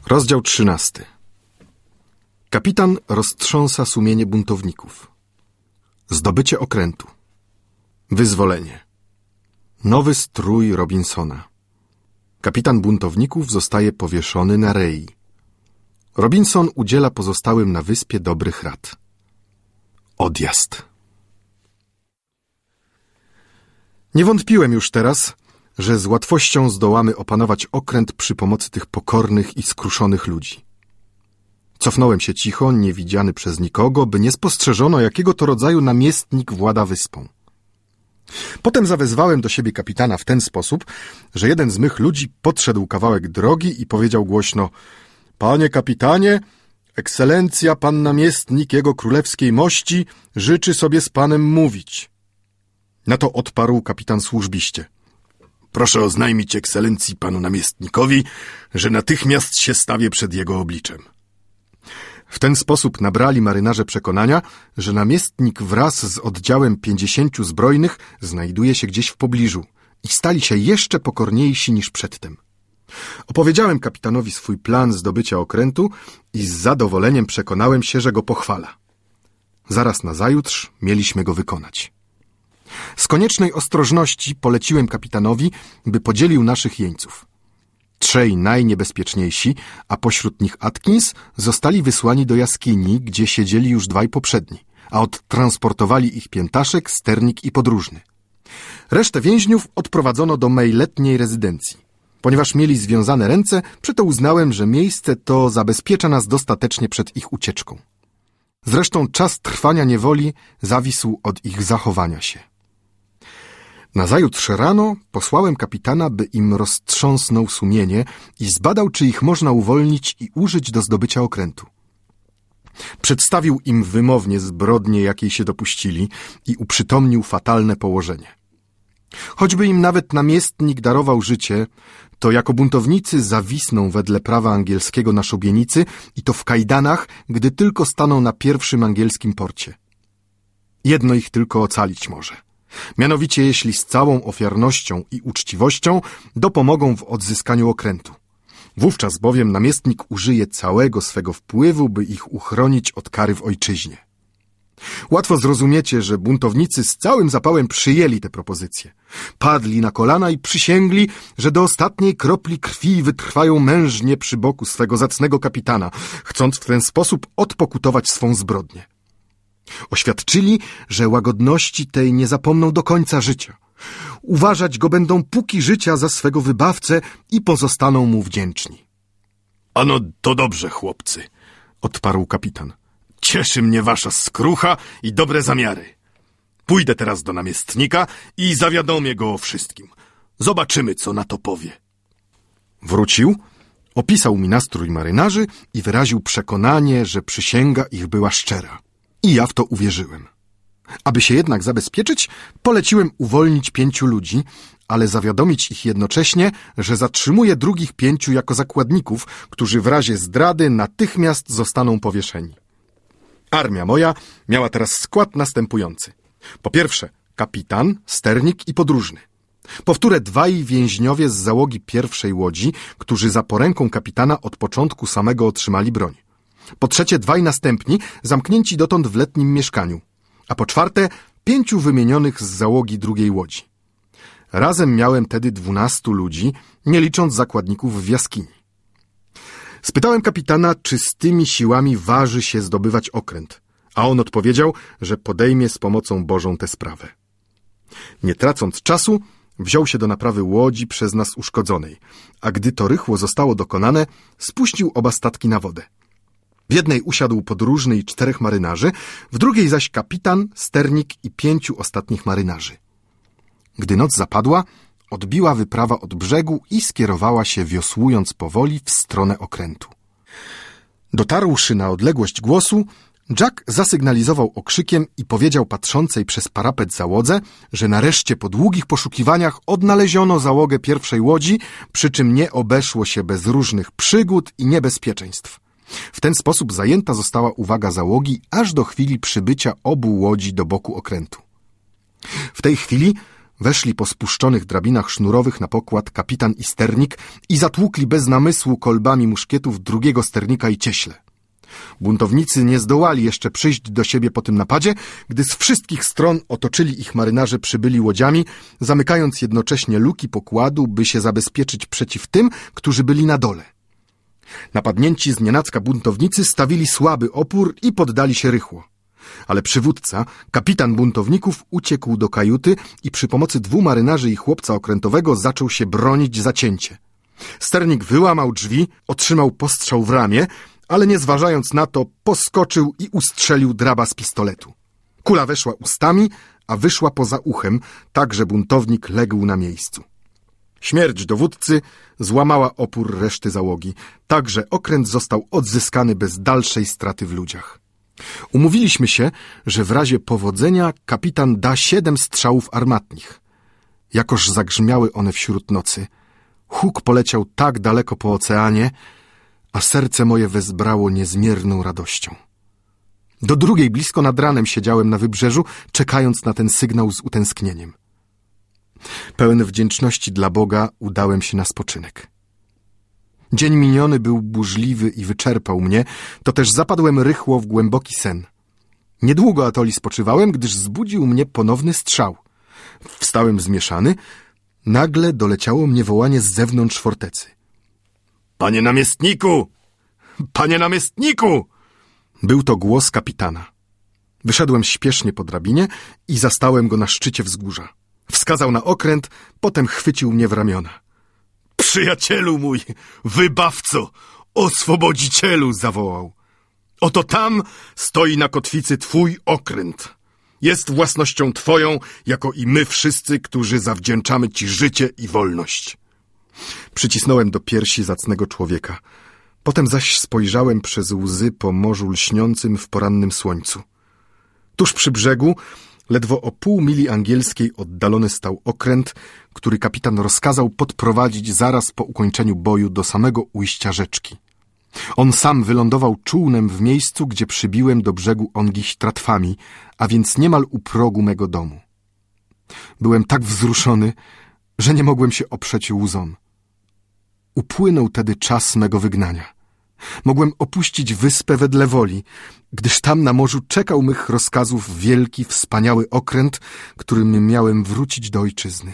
Rozdział 13. Kapitan roztrząsa sumienie buntowników. Zdobycie okrętu. Wyzwolenie. Nowy strój Robinsona. Kapitan buntowników zostaje powieszony na rei. Robinson udziela pozostałym na wyspie dobrych rad. Odjazd. Nie wątpiłem już teraz, że z łatwością zdołamy opanować okręt przy pomocy tych pokornych i skruszonych ludzi. Cofnąłem się cicho, niewidziany przez nikogo, by nie spostrzeżono, jakiego to rodzaju namiestnik włada wyspą. Potem zawezwałem do siebie kapitana w ten sposób, że jeden z mych ludzi podszedł kawałek drogi i powiedział głośno: „Panie kapitanie, ekscelencja pan namiestnik jego królewskiej mości życzy sobie z panem mówić”. Na to odparł kapitan służbiście: „Proszę oznajmić ekscelencji panu namiestnikowi, że natychmiast się stawię przed jego obliczem”. W ten sposób nabrali marynarze przekonania, że namiestnik wraz z oddziałem 50 zbrojnych znajduje się gdzieś w pobliżu i stali się jeszcze pokorniejsi niż przedtem. Opowiedziałem kapitanowi swój plan zdobycia okrętu i z zadowoleniem przekonałem się, że go pochwala. Zaraz nazajutrz mieliśmy go wykonać. Z koniecznej ostrożności poleciłem kapitanowi, by podzielił naszych jeńców. 3 najniebezpieczniejsi, a pośród nich Atkins, zostali wysłani do jaskini, gdzie siedzieli już 2 poprzedni, a odtransportowali ich piętaszek, sternik i podróżny. Resztę więźniów odprowadzono do mej letniej rezydencji. Ponieważ mieli związane ręce, przeto uznałem, że miejsce to zabezpiecza nas dostatecznie przed ich ucieczką. Zresztą czas trwania niewoli zawisł od ich zachowania się. Nazajutrz rano posłałem kapitana, by im roztrząsnął sumienie i zbadał, czy ich można uwolnić i użyć do zdobycia okrętu. Przedstawił im wymownie zbrodnię, jakiej się dopuścili, i uprzytomnił fatalne położenie. Choćby im nawet namiestnik darował życie, to jako buntownicy zawisną wedle prawa angielskiego na szubienicy i to w kajdanach, gdy tylko staną na pierwszym angielskim porcie. Jedno ich tylko ocalić może. Mianowicie jeśli z całą ofiarnością i uczciwością dopomogą w odzyskaniu okrętu. Wówczas bowiem namiestnik użyje całego swego wpływu, by ich uchronić od kary w ojczyźnie. Łatwo zrozumiecie, że buntownicy z całym zapałem przyjęli tę propozycję. Padli na kolana i przysięgli, że do ostatniej kropli krwi wytrwają mężnie przy boku swego zacnego kapitana, chcąc w ten sposób odpokutować swą zbrodnię. Oświadczyli, że łagodności tej nie zapomną do końca życia. Uważać go będą póki życia za swego wybawcę i pozostaną mu wdzięczni. „Ano to dobrze, chłopcy”, odparł kapitan. „Cieszy mnie wasza skrucha i dobre zamiary. Pójdę teraz do namiestnika i zawiadomię go o wszystkim. Zobaczymy, co na to powie”. Wrócił, opisał mi nastrój marynarzy i wyraził przekonanie, że przysięga ich była szczera. I ja w to uwierzyłem. Aby się jednak zabezpieczyć, poleciłem uwolnić 5 ludzi, ale zawiadomić ich jednocześnie, że zatrzymuję drugich 5 jako zakładników, którzy w razie zdrady natychmiast zostaną powieszeni. Armia moja miała teraz skład następujący. Po pierwsze, kapitan, sternik i podróżny. Po wtóre, 2 więźniowie z załogi pierwszej łodzi, którzy za poręką kapitana od początku samego otrzymali broń. Po trzecie, 2 następni, zamknięci dotąd w letnim mieszkaniu. A po czwarte, 5 wymienionych z załogi drugiej łodzi. Razem miałem tedy 12 ludzi, nie licząc zakładników w jaskini. Spytałem kapitana, czy z tymi siłami waży się zdobywać okręt, a on odpowiedział, że podejmie z pomocą Bożą tę sprawę. Nie tracąc czasu, wziął się do naprawy łodzi przez nas uszkodzonej, a gdy to rychło zostało dokonane, spuścił oba statki na wodę. W jednej usiadł podróżny i 4 marynarzy, w drugiej zaś kapitan, sternik i 5 ostatnich marynarzy. Gdy noc zapadła, odbiła wyprawa od brzegu i skierowała się wiosłując powoli w stronę okrętu. Dotarłszy na odległość głosu, Jack zasygnalizował okrzykiem i powiedział patrzącej przez parapet załodze, że nareszcie po długich poszukiwaniach odnaleziono załogę pierwszej łodzi, przy czym nie obeszło się bez różnych przygód i niebezpieczeństw. W ten sposób zajęta została uwaga załogi aż do chwili przybycia obu łodzi do boku okrętu. W tej chwili Weszli po spuszczonych drabinach sznurowych na pokład kapitan i sternik i zatłukli bez namysłu kolbami muszkietów drugiego sternika i cieśle. Buntownicy nie zdołali jeszcze przyjść do siebie po tym napadzie, gdy z wszystkich stron otoczyli ich marynarze przybyli łodziami, zamykając jednocześnie luki pokładu, by się zabezpieczyć przeciw tym, którzy byli na dole. Napadnięci znienacka buntownicy stawili słaby opór i poddali się rychło. Ale przywódca, kapitan buntowników, uciekł do kajuty i przy pomocy 2 marynarzy i chłopca okrętowego zaczął się bronić zacięcie. Sternik wyłamał drzwi, otrzymał postrzał w ramię, ale nie zważając na to, poskoczył i ustrzelił draba z pistoletu. Kula weszła ustami, a wyszła poza uchem, tak że buntownik legł na miejscu. Śmierć dowódcy złamała opór reszty załogi, tak że okręt został odzyskany bez dalszej straty w ludziach. Umówiliśmy się, że w razie powodzenia kapitan da 7 strzałów armatnich. Jakoż zagrzmiały one wśród nocy. Huk poleciał tak daleko po oceanie, a serce moje wezbrało niezmierną radością. Do 2 blisko nad ranem siedziałem na wybrzeżu, czekając na ten sygnał z utęsknieniem. Pełen wdzięczności dla Boga udałem się na spoczynek. Dzień miniony był burzliwy i wyczerpał mnie, to też zapadłem rychło w głęboki sen. Niedługo atoli spoczywałem, gdyż zbudził mnie ponowny strzał. Wstałem zmieszany, nagle doleciało mnie wołanie z zewnątrz fortecy. Panie namiestniku! Panie namiestniku! Był to głos kapitana. Wyszedłem śpiesznie po drabinie i zastałem go na szczycie wzgórza. Wskazał na okręt, potem chwycił mnie w ramiona. Przyjacielu mój, wybawco, oswobodzicielu, zawołał. Oto tam stoi na kotwicy twój okręt. Jest własnością twoją, jako i my wszyscy, którzy zawdzięczamy ci życie i wolność. Przycisnąłem do piersi zacnego człowieka. Potem zaś spojrzałem przez łzy po morzu lśniącym w porannym słońcu. Tuż przy brzegu, ledwo o pół mili angielskiej oddalony stał okręt, który kapitan rozkazał podprowadzić zaraz po ukończeniu boju do samego ujścia rzeczki. On sam wylądował czółnem w miejscu, gdzie przybiłem do brzegu ongiś tratwami, a więc niemal u progu mego domu. Byłem tak wzruszony, że nie mogłem się oprzeć łzom. Upłynął tedy czas mego wygnania. Mogłem opuścić wyspę wedle woli, gdyż tam na morzu czekał mych rozkazów wielki, wspaniały okręt, którym miałem wrócić do ojczyzny.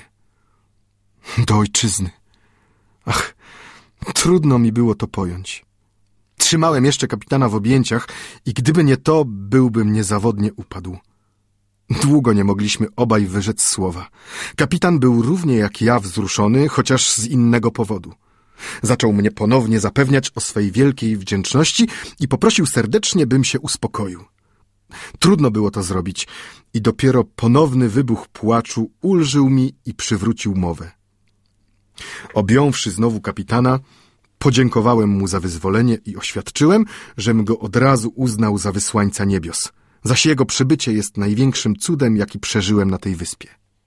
Do ojczyzny. Ach, trudno mi było to pojąć. Trzymałem jeszcze kapitana w objęciach i gdyby nie to, byłbym niezawodnie upadł. Długo nie mogliśmy obaj wyrzec słowa. Kapitan był równie jak ja wzruszony, chociaż z innego powodu. Zaczął mnie ponownie zapewniać o swej wielkiej wdzięczności i poprosił serdecznie, bym się uspokoił. Trudno było to zrobić i dopiero ponowny wybuch płaczu ulżył mi i przywrócił mowę. Objąwszy znowu kapitana, podziękowałem mu za wyzwolenie i oświadczyłem, żem go od razu uznał za wysłańca niebios, zaś jego przybycie jest największym cudem, jaki przeżyłem na tej wyspie.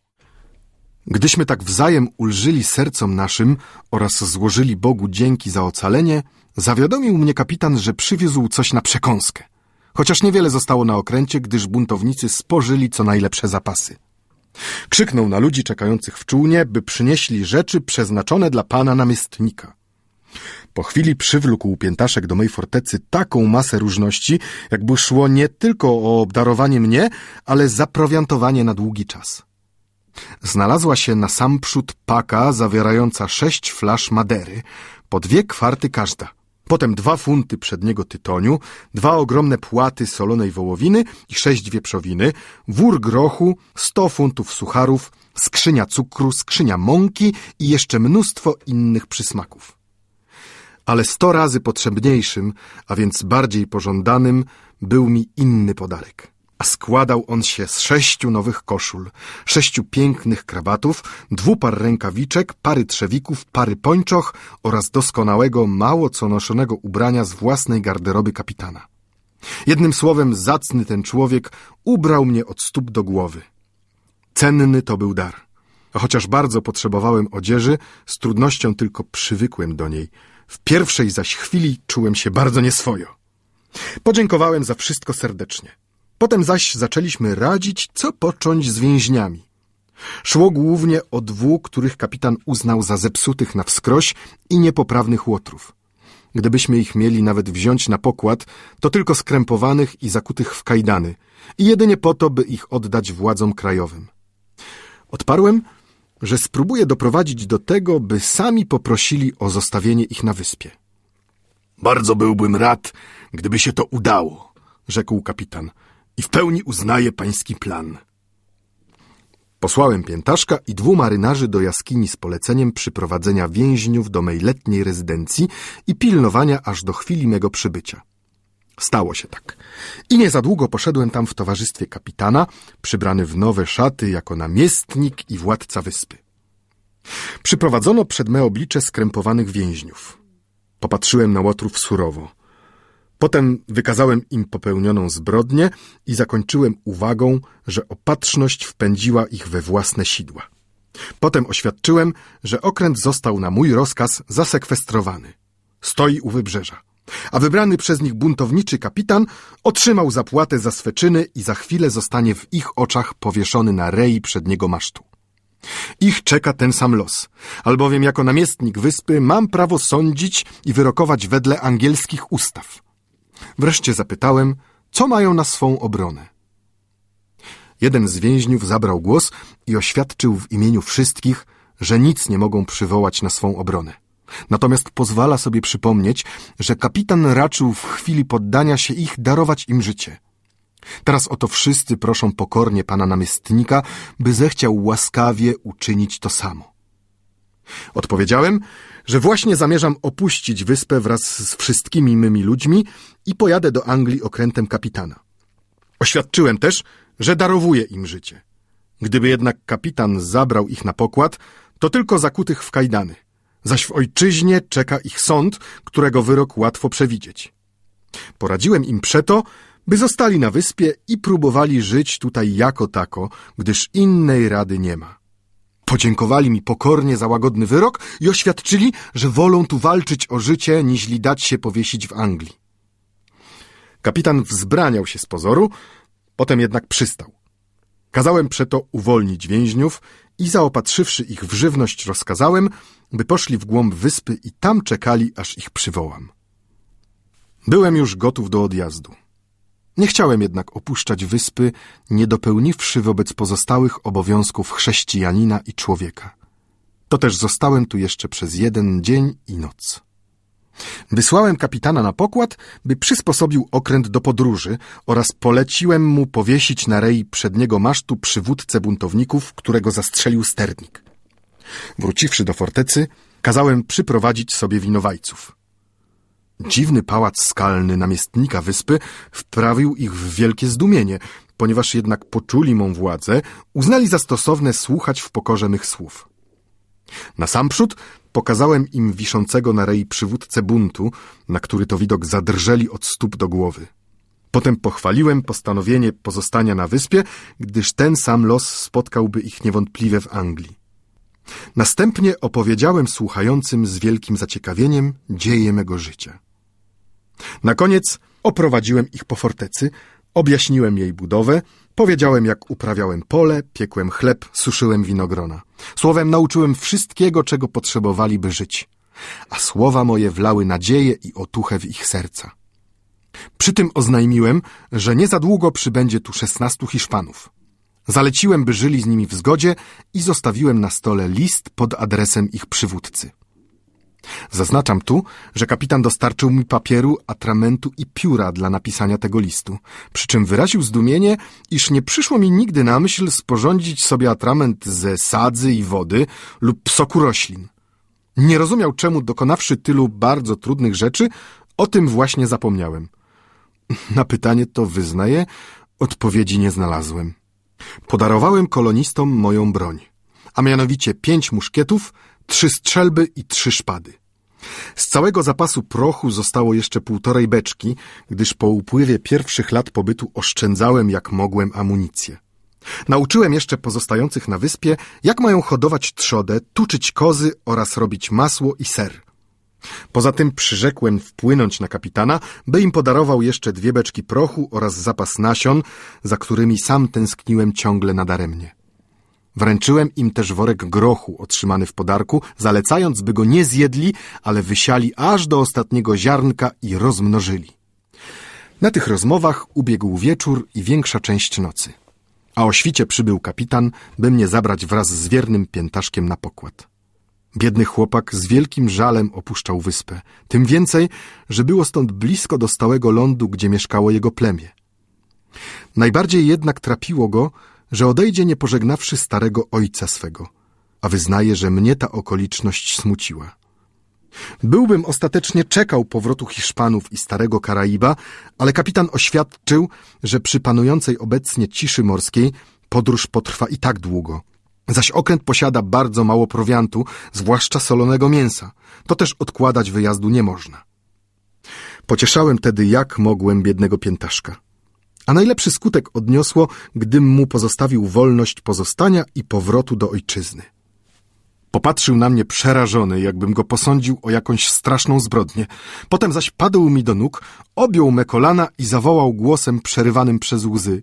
Gdyśmy tak wzajem ulżyli sercom naszym oraz złożyli Bogu dzięki za ocalenie, zawiadomił mnie kapitan, że przywiózł coś na przekąskę, chociaż niewiele zostało na okręcie, gdyż buntownicy spożyli co najlepsze zapasy. Krzyknął na ludzi czekających w czółnie, by przynieśli rzeczy przeznaczone dla pana namiestnika. Po chwili przywlókł piętaszek do mej fortecy taką masę różności, jakby szło nie tylko o obdarowanie mnie, ale zaprowiantowanie na długi czas. Znalazła się na sam przód paka zawierająca 6 flasz madery, po 2 kwarty każda. Potem 2 funty przedniego tytoniu, 2 ogromne płaty solonej wołowiny i 6 wieprzowiny, wór grochu, 100 funtów sucharów, skrzynia cukru, skrzynia mąki i jeszcze mnóstwo innych przysmaków. Ale 100 razy potrzebniejszym, a więc bardziej pożądanym, był mi inny podarek. A składał on się z 6 nowych koszul, 6 pięknych krabatów, 2 par rękawiczek, pary trzewików, pary pończoch oraz doskonałego, mało co noszonego ubrania z własnej garderoby kapitana. Jednym słowem, zacny ten człowiek ubrał mnie od stóp do głowy. Cenny to był dar. A chociaż bardzo potrzebowałem odzieży, z trudnością tylko przywykłem do niej. W pierwszej zaś chwili czułem się bardzo nieswojo. Podziękowałem za wszystko serdecznie. Potem zaś zaczęliśmy radzić, co począć z więźniami. Szło głównie o 2, których kapitan uznał za zepsutych na wskroś i niepoprawnych łotrów. Gdybyśmy ich mieli nawet wziąć na pokład, to tylko skrępowanych i zakutych w kajdany i jedynie po to, by ich oddać władzom krajowym. Odparłem, że spróbuję doprowadzić do tego, by sami poprosili o zostawienie ich na wyspie. Bardzo byłbym rad, gdyby się to udało, rzekł kapitan, i w pełni uznaję pański plan. Posłałem piętaszka i 2 marynarzy do jaskini z poleceniem przyprowadzenia więźniów do mej letniej rezydencji i pilnowania aż do chwili mego przybycia. Stało się tak. I nie za długo poszedłem tam w towarzystwie kapitana, przybrany w nowe szaty jako namiestnik i władca wyspy. Przyprowadzono przed me oblicze skrępowanych więźniów. Popatrzyłem na łotrów surowo. Potem wykazałem im popełnioną zbrodnię i zakończyłem uwagą, że opatrzność wpędziła ich we własne sidła. Potem oświadczyłem, że okręt został na mój rozkaz zasekwestrowany. Stoi u wybrzeża. A wybrany przez nich buntowniczy kapitan otrzymał zapłatę za swe czyny i za chwilę zostanie w ich oczach powieszony na rei przedniego masztu. Ich czeka ten sam los, albowiem jako namiestnik wyspy mam prawo sądzić i wyrokować wedle angielskich ustaw. Wreszcie zapytałem, co mają na swą obronę. Jeden z więźniów zabrał głos i oświadczył w imieniu wszystkich, że nic nie mogą przywołać na swą obronę. Natomiast pozwala sobie przypomnieć, że kapitan raczył w chwili poddania się ich darować im życie. Teraz oto wszyscy proszą pokornie pana namiestnika, by zechciał łaskawie uczynić to samo. Odpowiedziałem, że właśnie zamierzam opuścić wyspę wraz z wszystkimi mymi ludźmi i pojadę do Anglii okrętem kapitana. Oświadczyłem też, że darowuję im życie. Gdyby jednak kapitan zabrał ich na pokład, to tylko zakutych w kajdany. Zaś w ojczyźnie czeka ich sąd, którego wyrok łatwo przewidzieć. Poradziłem im przeto, by zostali na wyspie i próbowali żyć tutaj jako tako, gdyż innej rady nie ma. Podziękowali mi pokornie za łagodny wyrok i oświadczyli, że wolą tu walczyć o życie, niźli dać się powiesić w Anglii. Kapitan wzbraniał się z pozoru, potem jednak przystał. Kazałem przeto uwolnić więźniów i zaopatrzywszy ich w żywność rozkazałem, by poszli w głąb wyspy i tam czekali, aż ich przywołam. Byłem już gotów do odjazdu. Nie chciałem jednak opuszczać wyspy, nie dopełniwszy wobec pozostałych obowiązków chrześcijanina i człowieka. To też zostałem tu jeszcze przez 1 dzień i noc. Wysłałem kapitana na pokład, by przysposobił okręt do podróży oraz poleciłem mu powiesić na rei przedniego masztu przywódcę buntowników, którego zastrzelił sternik. Wróciwszy do fortecy, kazałem przyprowadzić sobie winowajców. Dziwny pałac skalny namiestnika wyspy wprawił ich w wielkie zdumienie, ponieważ jednak poczuli mą władzę, uznali za stosowne słuchać w pokorze mych słów. Nasamprzód pokazałem im wiszącego na rei przywódcę buntu, na który to widok zadrżeli od stóp do głowy. Potem pochwaliłem postanowienie pozostania na wyspie, gdyż ten sam los spotkałby ich niewątpliwie w Anglii. Następnie opowiedziałem słuchającym z wielkim zaciekawieniem dzieje mego życia. Na koniec oprowadziłem ich po fortecy, objaśniłem jej budowę, powiedziałem, jak uprawiałem pole, piekłem chleb, suszyłem winogrona. Słowem nauczyłem wszystkiego, czego potrzebowali, by żyć. A słowa moje wlały nadzieję i otuchę w ich serca. Przy tym oznajmiłem, że nie za długo przybędzie tu 16 Hiszpanów. Zaleciłem, by żyli z nimi w zgodzie i zostawiłem na stole list pod adresem ich przywódcy. Zaznaczam tu, że kapitan dostarczył mi papieru, atramentu i pióra dla napisania tego listu, przy czym wyraził zdumienie, iż nie przyszło mi nigdy na myśl sporządzić sobie atrament ze sadzy i wody lub soku roślin. Nie rozumiał, czemu dokonawszy tylu bardzo trudnych rzeczy, o tym właśnie zapomniałem. Na pytanie to, wyznaję, odpowiedzi nie znalazłem. Podarowałem kolonistom moją broń, a mianowicie 5 muszkietów, 3 strzelby i 3 szpady. Z całego zapasu prochu zostało jeszcze 1,5 beczki, gdyż po upływie pierwszych lat pobytu oszczędzałem jak mogłem amunicję. Nauczyłem jeszcze pozostających na wyspie, jak mają hodować trzodę, tuczyć kozy oraz robić masło i ser. Poza tym przyrzekłem wpłynąć na kapitana, by im podarował jeszcze 2 beczki prochu oraz zapas nasion, za którymi sam tęskniłem ciągle nadaremnie. Wręczyłem im też worek grochu otrzymany w podarku, zalecając, by go nie zjedli, ale wysiali aż do ostatniego ziarnka i rozmnożyli. Na tych rozmowach ubiegł wieczór i większa część nocy. A o świcie przybył kapitan, by mnie zabrać wraz z wiernym piętaszkiem na pokład. Biedny chłopak z wielkim żalem opuszczał wyspę, tym więcej, że było stąd blisko do stałego lądu, gdzie mieszkało jego plemię. Najbardziej jednak trapiło go, że odejdzie nie pożegnawszy starego ojca swego, a wyznaje, że mnie ta okoliczność smuciła. Byłbym ostatecznie czekał powrotu Hiszpanów i starego Karaiba, ale kapitan oświadczył, że przy panującej obecnie ciszy morskiej podróż potrwa i tak długo. Zaś okręt posiada bardzo mało prowiantu, zwłaszcza solonego mięsa. To też odkładać wyjazdu nie można. Pocieszałem tedy jak mogłem biednego piętaszka. A najlepszy skutek odniosło, gdym mu pozostawił wolność pozostania i powrotu do ojczyzny. Popatrzył na mnie przerażony, jakbym go posądził o jakąś straszną zbrodnię. Potem zaś padł mi do nóg, objął me kolana i zawołał głosem przerywanym przez łzy.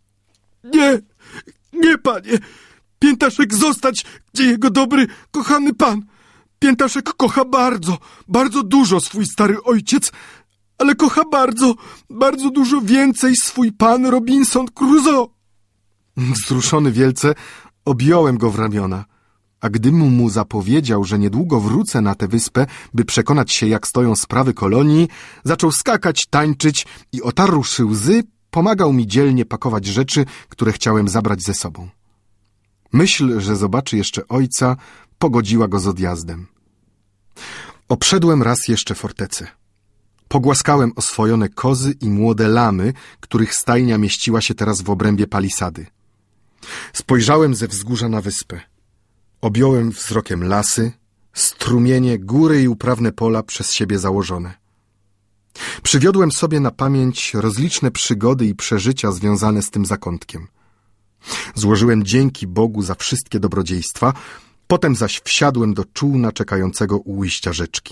Nie, nie, panie! Piętaszek zostać, gdzie jego dobry, kochany pan! Piętaszek kocha bardzo, bardzo dużo swój stary ojciec, ale kocha bardzo, bardzo dużo więcej swój pan Robinson Crusoe. Wzruszony wielce, objąłem go w ramiona, a gdym mu zapowiedział, że niedługo wrócę na tę wyspę, by przekonać się, jak stoją sprawy kolonii, zaczął skakać, tańczyć i otarłszy łzy, pomagał mi dzielnie pakować rzeczy, które chciałem zabrać ze sobą. Myśl, że zobaczy jeszcze ojca, pogodziła go z odjazdem. Obszedłem raz jeszcze fortecę. Pogłaskałem oswojone kozy i młode lamy, których stajnia mieściła się teraz w obrębie palisady. Spojrzałem ze wzgórza na wyspę. Objąłem wzrokiem lasy, strumienie, góry i uprawne pola przez siebie założone. Przywiodłem sobie na pamięć rozliczne przygody i przeżycia związane z tym zakątkiem. Złożyłem dzięki Bogu za wszystkie dobrodziejstwa, potem zaś wsiadłem do czółna czekającego u ujścia rzeczki.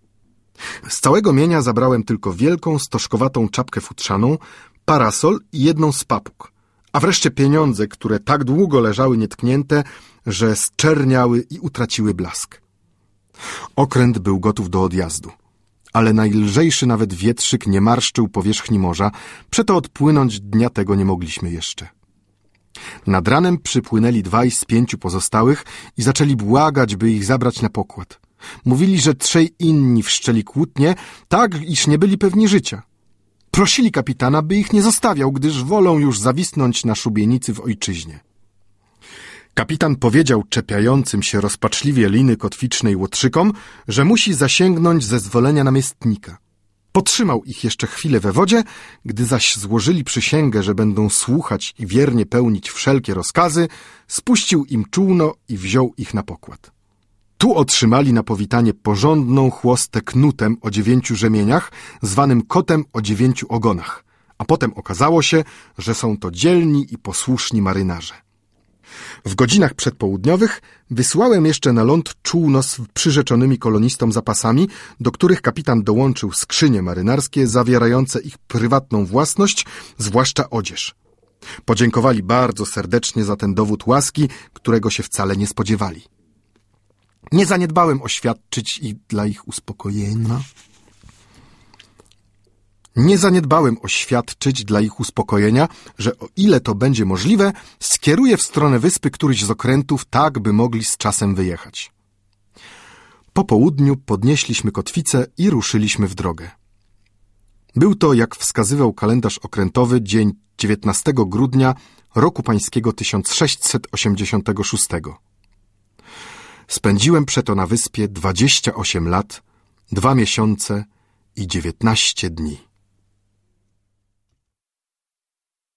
Z całego mienia zabrałem tylko wielką, stożkowatą czapkę futrzaną, parasol i jedną z papug, a wreszcie pieniądze, które tak długo leżały nietknięte, że zczerniały i utraciły blask. Okręt był gotów do odjazdu, ale najlżejszy nawet wietrzyk nie marszczył powierzchni morza, przeto odpłynąć dnia tego nie mogliśmy jeszcze. Nad ranem przypłynęli 2 z 5 pozostałych i zaczęli błagać, by ich zabrać na pokład. Mówili, że 3 inni wszczęli kłótnie, tak iż nie byli pewni życia. Prosili kapitana, by ich nie zostawiał, gdyż wolą już zawisnąć na szubienicy w ojczyźnie. Kapitan powiedział czepiającym się rozpaczliwie liny kotwicznej łotrzykom, że musi zasięgnąć zezwolenia namiestnika. Potrzymał ich jeszcze chwilę we wodzie, gdy zaś złożyli przysięgę, że będą słuchać i wiernie pełnić wszelkie rozkazy, spuścił im czółno i wziął ich na pokład. Tu otrzymali na powitanie porządną chłostę knutem o 9 rzemieniach, zwanym kotem o 9 ogonach, a potem okazało się, że są to dzielni i posłuszni marynarze. W godzinach przedpołudniowych wysłałem jeszcze na ląd czółno z przyrzeczonymi kolonistom zapasami, do których kapitan dołączył skrzynie marynarskie zawierające ich prywatną własność, zwłaszcza odzież. Podziękowali bardzo serdecznie za ten dowód łaski, którego się wcale nie spodziewali. Nie zaniedbałem oświadczyć i dla ich uspokojenia. że o ile to będzie możliwe, skieruję w stronę wyspy któryś z okrętów, tak by mogli z czasem wyjechać. Po południu podnieśliśmy kotwicę i ruszyliśmy w drogę. Był to, jak wskazywał kalendarz okrętowy, dzień 19 grudnia roku pańskiego 1686. Spędziłem przeto na wyspie 28 lat, 2 miesiące i 19 dni.